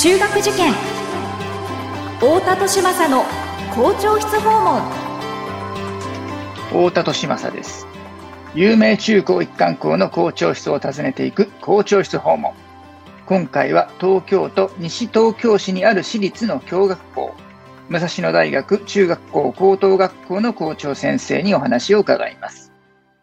中学受験、太田利政の校長室訪問。 太田利政です。有名中高一貫校の校長室を訪ねていく校長室訪問。今回は東京都西東京市にある私立の共学校、武蔵野大学中学校高等学校の校長先生にお話を伺います。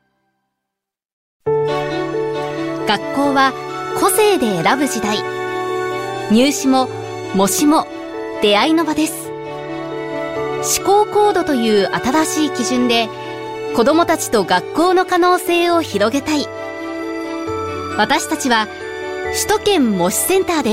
学校は個性で選ぶ時代。入試も模試も出会いの場です。思考コードという新しい基準で子どもたちと学校の可能性を広げたい。私たちは首都圏模試センターです。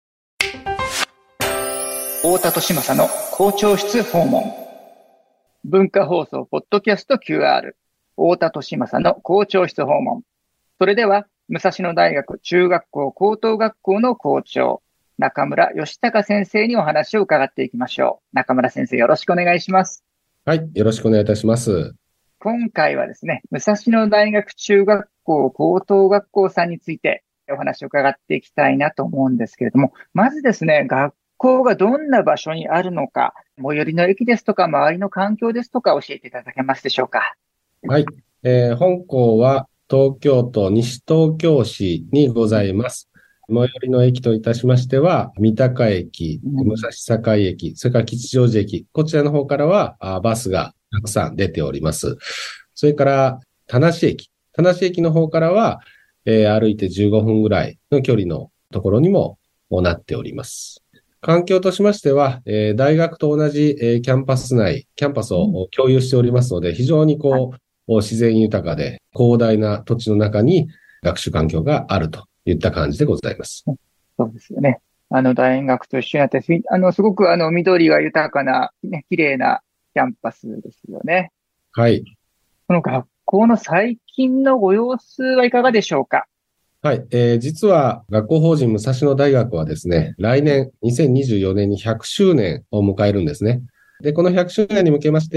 太田利政の校長室訪問。文化放送ポッドキャスト QR 太田利政の校長室訪問。それでは武蔵野大学中学校高等学校の校長、中村義隆先生にお話を伺っていきましょう。中村先生、よろしくお願いします。 はい、よろしくお願いいたします。 今回はですね、武蔵野大学中学校高等学校さんについてお話を伺っていきたいなと思うんですけれども、まずですね、学校がどんな場所にあるのか、最寄りの駅ですとか、周りの環境ですとか教えていただけますでしょうか。 はい、本校は東京都西東京市にございます。最寄りの駅といたしましては、三鷹駅、武蔵境駅、それから吉祥寺駅、こちらの方からはバスがたくさん出ております。それから田無駅の方からは、歩いて15分ぐらいの距離のところにもなっております。環境としましては、大学と同じ、キャンパスを共有しておりますので、非常に自然豊かで広大な土地の中に学習環境があるといった感じでございます。 そうですよね。大学と一緒になって、すごく緑が豊かな、ね、綺麗なキャンパスですよね。 はい。 この学校の最近のご様子はいかがでしょうか。 はい。実は学校法人武蔵野大学はですね、来年2024年に100周年を迎えるんですね。で、この100周年に向けまして、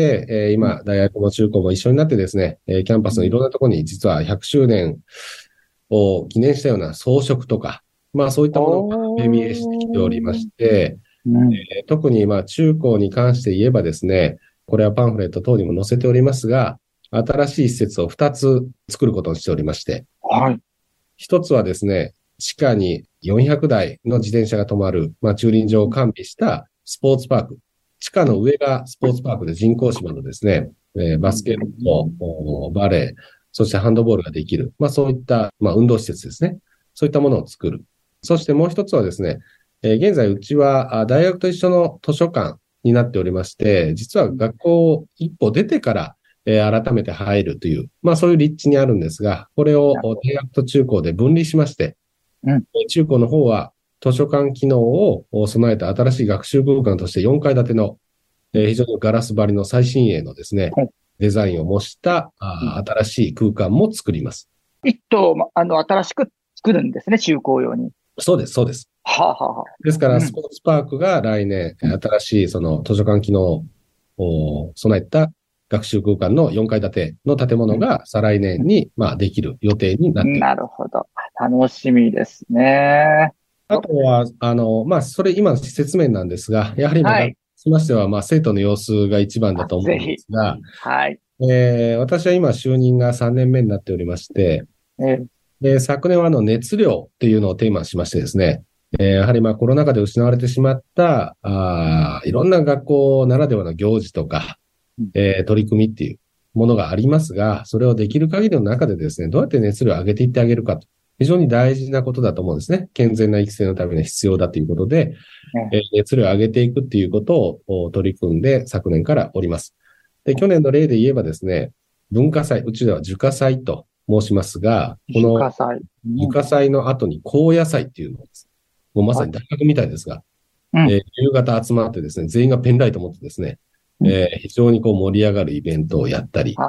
今、大学も中高も一緒になってですね、キャンパスのいろんなところに実は100周年を記念したような装飾とか、そういったものが見えしてきておりまして、特に中高に関して言えばですね、これはパンフレット等にも載せておりますが、新しい施設を2つ作ることにしておりまして、 はい。 一つはですね、地下に400台の自転車が止まる、駐輪場を完備したスポーツパーク。地下の上がスポーツパークで人工芝のですね、バスケット、バレー、そしてハンドボールができる。そういった、運動施設ですね。そういったものを作る。そしてもう一つはですね、現在うちは大学と一緒の図書館になっておりまして、実は学校を一歩出てから改めて入るという、そういう立地にあるんですが、これを大学と中高で分離しまして、中高の方は図書館機能を備えた新しい学習空間として4階建ての、非常にガラス張りの最新鋭のですね、デザインを模した新しい空間も作ります。 一棟、新しく作るんですね、中高用に。 そうです、そうです。ですから、スポーツパークが来年、新しいその図書館機能を備えた学習空間の4階建ての建物が再来年にできる予定になっています。 なるほど。楽しみですね。 あとは、それ今の施設面なんですが、やはり学校としましては、生徒の様子が一番だと思うんですが、 はい。 私は今就任が3年目になっておりまして、で昨年は熱量っていうのをテーマにしましてですね、やはりコロナ禍で失われてしまったいろんな学校ならではの行事とか、取り組みっていうものがありますが、それをできる限りの中でですね、どうやって熱量を上げていってあげるかと、非常に大事なことだと思うんですね。健全な育成のために必要だということで、熱量を上げていくっていうことを取り組んで昨年からおります。で、去年の例で言えばですね、文化祭、うちでは樹花祭と申しますが、この樹花祭の後に高野祭っていうのをですね、もうまさに大学みたいですが、夕方集まってですね、全員がペンライトを持ってですね、非常に盛り上がるイベントをやったり。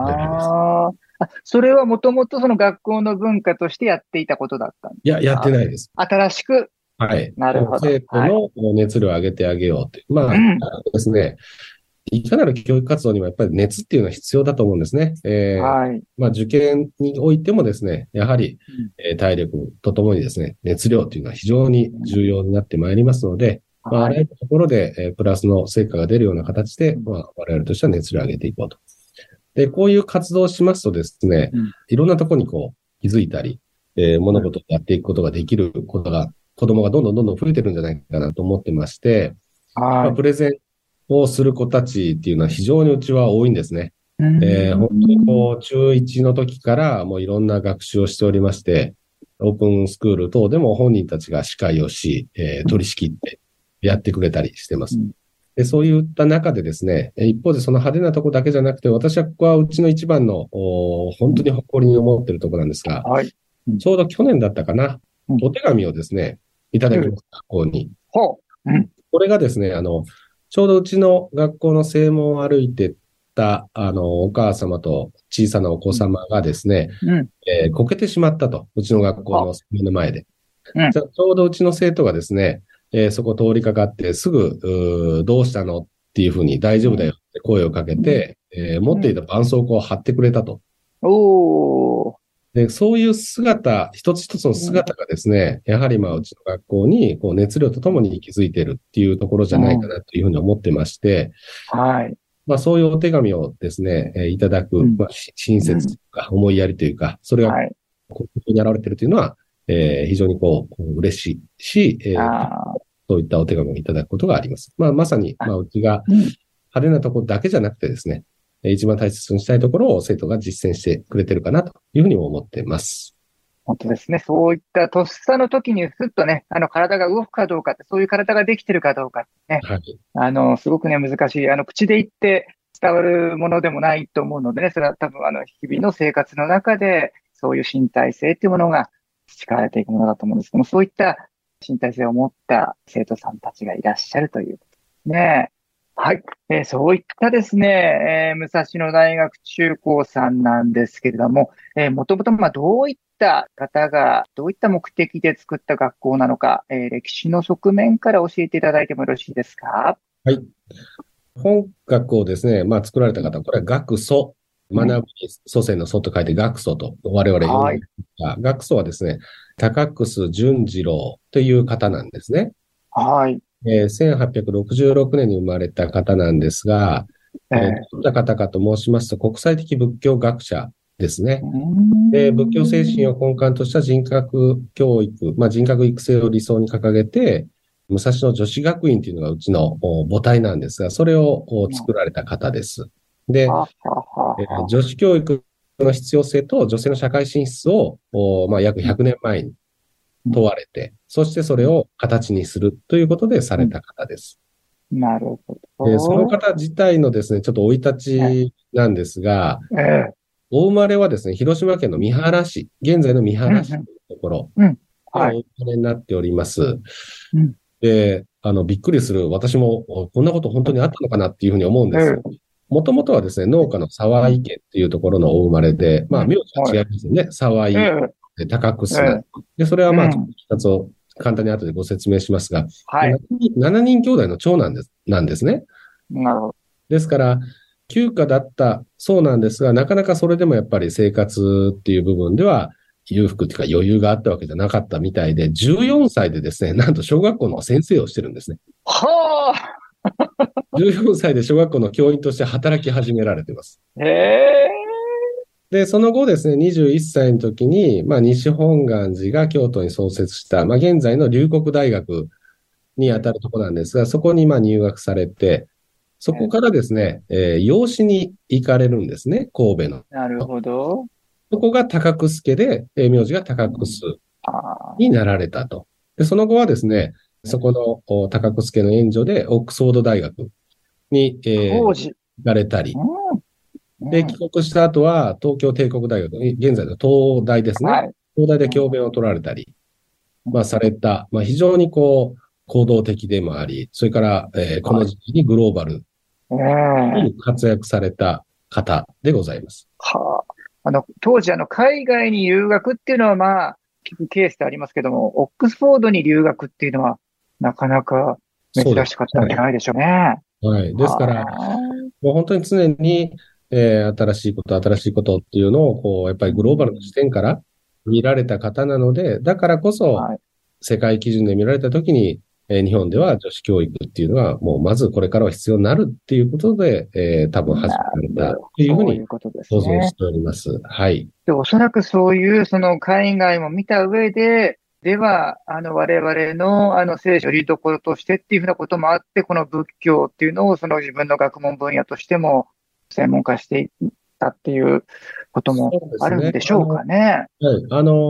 それはもともとその学校の文化としてやっていたことだったんですか？ いや、やってないです。 新しく。 はい。 なるほど。 生徒の熱量を上げてあげようという。ですね、 いかなる教育活動にもやっぱり熱っていうのは必要だと思うんですね。 はい。 受験においてもですね、やはり、体力とともにですね、熱量というのは非常に重要になってまいりますので、あらゆるところで、プラスの成果が出るような形で、我々としては熱量を上げていこうと。で、こういう活動をしますとですね、いろんなところに気づいたり、物事をやっていくことができることが、子供がどんどん増えてるんじゃないかなと思ってまして、プレゼンをする子たちっていうのは非常にうちは多いんですね。本当に中1の時からもういろんな学習をしておりまして、オープンスクール等でも本人たちが司会をし、取り仕切ってやってくれたりしてます。で、そういった中でですね、一方でその派手なとこだけじゃなくて、私はここはうちの一番の本当に誇りに思っているところなんですが、ちょうど去年だったかな、お手紙をですね、いただきました、学校に。これがですね、ちょうどうちの学校の正門を歩いてた、お母様と小さなお子様がですね、こけてしまったと。うちの学校の目の前で。ちょうどうちの生徒がですね、そこ通りかかってすぐ、どうしたのっていうふうに大丈夫だよって声をかけて、持っていた絆創膏を貼ってくれたと。で、そういう姿、一つ一つの姿がですね、やはりうちの学校に熱量とともに息づいているっていうところじゃないかなというふうに思ってまして、そういうお手紙をですね、いただく、親切というか、思いやりというか、それが、ここに現れているというのは、非常に嬉しいし、そういったお手紙をいただくことがあります。まさに、うちが派手なところだけじゃなくてですね、一番大切にしたいところを生徒が実践してくれてるかなというふうにも思っています。 本当ですね。そういったとっさの時にふっとね、体が動くかどうかって、そういう体ができてるかどうかってね、すごくね、難しい。口で言って伝わるものでもないと思うのでね、それは多分日々の生活の中で、そういう身体性っていうものが培われていくものだと思うんですけども、そういった身体性を持った生徒さんたちがいらっしゃるということですね。はい。そういったですね、武蔵野大学中高さんなんですけれども、もともとどういった方が、どういった目的で作った学校なのか、歴史の側面から教えていただいてもよろしいですか？ はい。本学校をですね、作られた方、これは学祖。学ぶに祖先の祖と書いて学祖と我々呼んでいますが、学祖はですね、高楠淳二郎という方なんですね。1866年に生まれた方なんですが、どんな方かと申しますと、国際的仏教学者ですね。で、仏教精神を根幹とした人格教育、人格育成を理想に掲げて、武蔵野女子学院というのがうちの母体なんですが、それを作られた方です。で、女子教育の必要性と女性の社会進出を、約100年前に問われて、そしてそれを形にするということでされた方です。 なるほど。 で、その方自体のですね、ちょっと生い立ちなんですが、お生まれはですね、広島県の三原市、現在の三原市というところ、お生まれになっております。で、びっくりする、私もこんなこと本当にあったのかなっていうふうに思うんです。もともとはですね、農家の沢井家っていうところのお生まれで、名字は違いますよね。沢井、高楠。で、それは一つを簡単に後でご説明しますが、7人兄弟の長男なんですね。 なるほど。 ですから、旧家だったそうなんですが、なかなかそれでもやっぱり生活っていう部分では、裕福っていうか余裕があったわけじゃなかったみたいで、14歳でですね、なんと小学校の先生をしてるんですね。 はあ 14歳で小学校の教員として働き始められています。で、その後ですね、21歳の時に、西本願寺が京都に創設した、現在の龍谷大学にあたるところなんですが、そこに入学されて、そこからですね、養子に行かれるんですね、神戸の。 なるほど。 そこが高楠家で、名字が高楠になられたと。で、その後はですね、そこの高楠家の援助で、オックスフォード大学に、行かれたり、で、帰国した後は、東京帝国大学、現在の東大ですね。東大で教鞭を取られたり、された、非常に行動的でもあり、それから、この時期にグローバルに活躍された方でございます。 当時、海外に留学っていうのは、聞くケースでありますけども、オックスフォードに留学っていうのは、なかなか珍しかったんじゃないでしょうね。 はい。ですから、もう本当に常に、新しいことっていうのを、こう、やっぱりグローバルな視点から見られた方なので、だからこそ、世界基準で見られたときに、日本では女子教育っていうのは、もうまずこれからは必要になるっていうことで、多分始められたというふうに想像しております。はい。 で、おそらくそういう、その海外も見た上で、では、我々の、聖書を理どころとしてっていうふうなこともあって、この仏教っていうのを、その自分の学問分野としても専門化していったっていうこともあるんでしょうかね。 はい。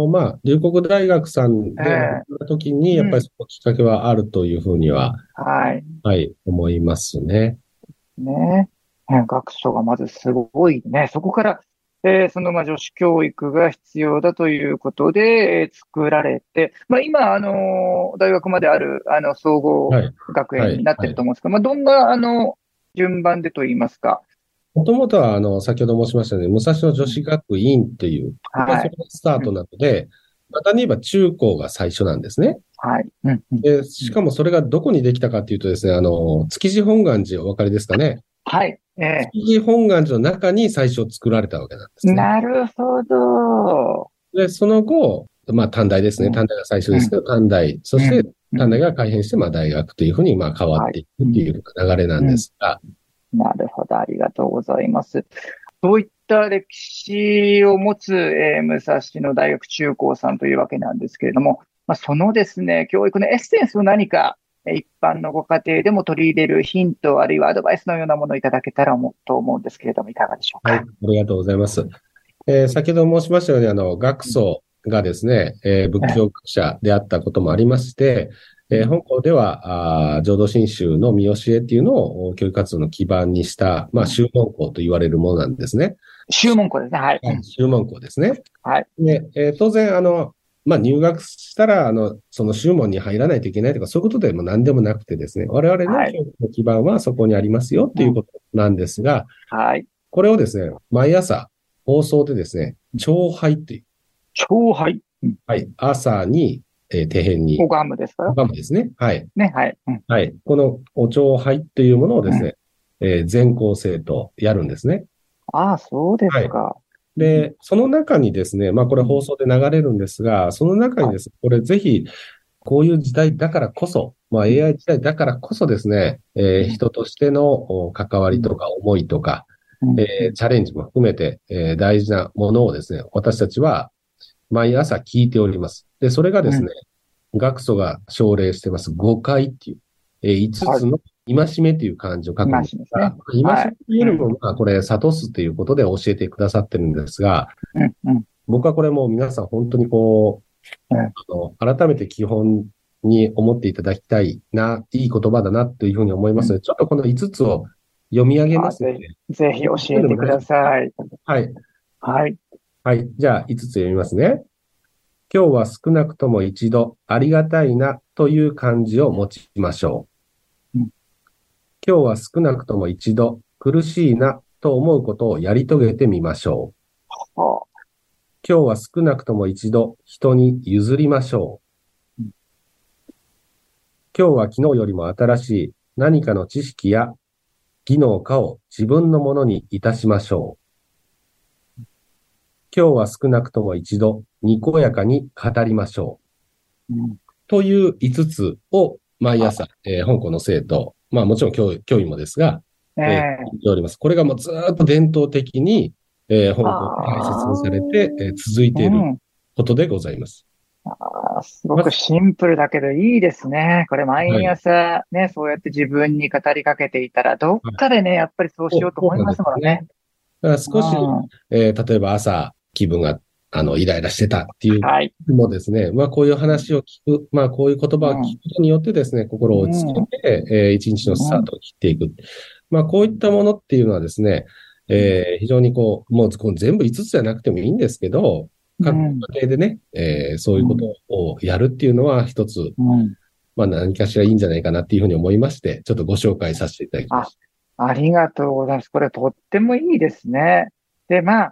まあ、龍谷大学さんで学んだときに、やっぱりそのきっかけはあるというふうには、はい。はい、思いますね。 ね。学祖がまずすごいね。そこから、その女子教育が必要だということで、作られて、今、大学まである、総合学園になってると思うんですけど、どんな、順番でと言いますか。 もともとは、先ほど申しましたように、武蔵野女子学院っていう、ここがそのスタートなので、簡単に言えば中高が最初なんですね。 はい。 で、しかもそれがどこにできたかというとですね、築地本願寺お分かりですかね。 はい。 築地本願寺の中に最初作られたわけなんですね。 なるほど。 で、その後、短大ですね。短大が最初ですけど、短大。そして、短大が改編して、大学というふうに、変わっていくっていう流れなんですが。 なるほど。ありがとうございます。そういった歴史を持つ、武蔵野大学中高さんというわけなんですけれども、そのですね、教育のエッセンスを何か一般のご家庭でも取り入れるヒント、あるいはアドバイスのようなものをいただけたらと思うんですけれども、いかがでしょうか。 はい、ありがとうございます。先ほど申しましたように、学祖がですね、仏教学者であったこともありまして、香港では、浄土真宗の見教えっていうのを教育活動の基盤にした、宗門校と言われるものなんですね。 宗門校ですね。はい。 宗門校ですね。 はい。 で、当然、入学したら、その宗門に入らないといけないとか、そういうことでも何でもなくてですね、我々の教育の基盤はそこにありますよっていうことなんですが、 はい。 これをですね、毎朝、放送でですね、朝拝っていう。 朝拝、 はい。朝に、底辺に。 拝むですか？ 拝むですね。はい。 ね、はい。 はい。このお朝拝っていうものをですね、全校生徒やるんですね。 ああ、そうですか。 はい。で、その中にですね、これ放送で流れるんですが、その中にですね、これぜひ、こういう時代だからこそ、AI 時代だからこそですね、人としての関わりとか思いとか、チャレンジも含めて、大事なものをですね、私たちは毎朝聞いております。で、それがですね、学祖が奨励してます、5回っていう、5つの戒めという漢字を書くんですが、戒めというよりも、これ、諭すということで教えてくださってるんですが、僕はこれもう皆さん本当に改めて基本に思っていただきたいな、いい言葉だなというふうに思いますので、ちょっとこの5つを読み上げますので。 ぜひ教えてください。 はい。 はい。 はい。じゃあ、5つ読みますね。今日は少なくとも一度、ありがたいなという漢字を持ちましょう。今日は少なくとも一度、苦しいなと思うことをやり遂げてみましょう。今日は少なくとも一度、人に譲りましょう。今日は昨日よりも新しい何かの知識や技能かを自分のものにいたしましょう。今日は少なくとも一度、にこやかに語りましょう。という5つを毎朝、香港の生徒、もちろん教員もですが、言っております。これがもうずっと伝統的に、香港で大切にされて、続いていることでございます。 すごくシンプルだけどいいですね。これ毎朝ね、そうやって自分に語りかけていたら、どっかでね、やっぱりそうしようと思いますもんね。 だから少し、例えば朝気分がイライラしてたっていうもですね、こういう話を聞く、こういう言葉を聞くことによってですね、心を落ち着けて、一日のスタートを切っていく。こういったものっていうのはですね、非常にもう全部5つじゃなくてもいいんですけど、各家庭でね、そういうことをやるっていうのは一つ、何かしらいいんじゃないかなっていうふうに思いまして、ちょっとご紹介させていただきました。 ありがとうございます。これとってもいいですね。で、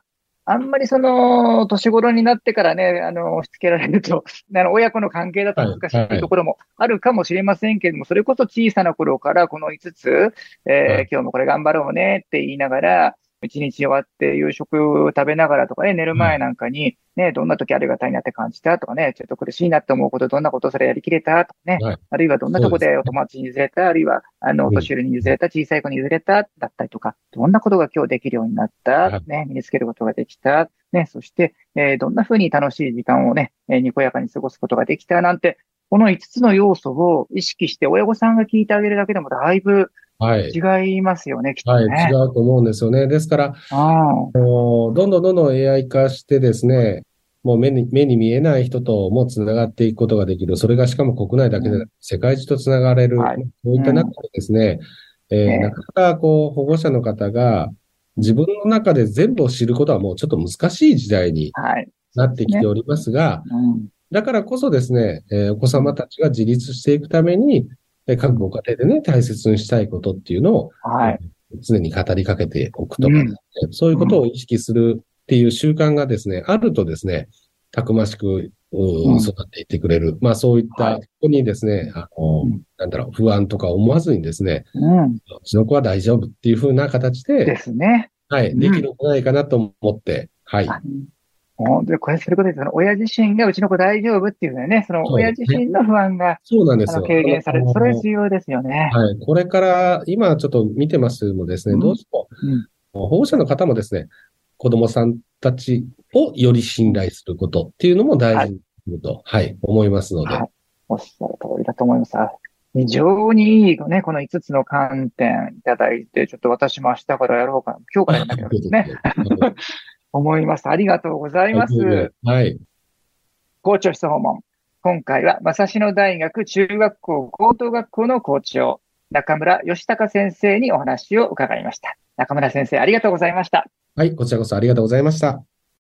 あんまり年頃になってからね、押し付けられると、親子の関係だと難しいっていうところもあるかもしれませんけれども、それこそ小さな頃からこの5つ、今日もこれ頑張ろうねって言いながら、一日終わって夕食を食べながらとかね、寝る前なんかに、ね、どんな時ありがたいなって感じたとかね、ちょっと苦しいなって思うこと、どんなことそれやりきれたとかね、あるいはどんなとこでお友達に譲れた、あるいは、お年寄りに譲れた、小さい子に譲れた、だったりとか、どんなことが今日できるようになった、ね、身につけることができた、ね、そして、どんな風に楽しい時間をね、にこやかに過ごすことができたなんて、この5つの要素を意識して親御さんが聞いてあげるだけでもだいぶ違いますよね、きっとね。 はい、違うと思うんですよね。ですから、どんどん AI 化してですね、もう目に見えない人ともつながっていくことができる。それがしかも国内だけでなく世界中とつながれる。そういった中でですね、なかなか保護者の方が自分の中で全部を知ることはもうちょっと難しい時代になってきておりますが、だからこそですね、お子様たちが自立していくために、各ご家庭でね、大切にしたいことっていうのを、常に語りかけておくとか、そういうことを意識するっていう習慣がですね、あるとですね、たくましく育っていってくれる。まあそういったここにですね、不安とか思わずにですね、うちの子は大丈夫っていうふうな形で、 ですね。 はい、できるんじゃないかなと思って、はい。 本当にこれすることで、親自身がうちの子大丈夫っていうね、親自身の不安が、 そうなんですよ。 軽減される。それ重要ですよね。 はい。これから、今ちょっと見てますけどもですね、どうしても、保護者の方もですね、子供さんたちをより信頼することっていうのも大事にすると、思いますので。 おっしゃる通りだと思います。非常にいいね、この5つの観点いただいて、ちょっと私も明日からやろうかな。今日からやらなきゃですね。思います。ありがとうございます。 はい。 校長室訪問。今回は、武蔵野大学中学校高等学校の校長、中村義隆先生にお話を伺いました。中村先生、ありがとうございました。 はい、こちらこそありがとうございました。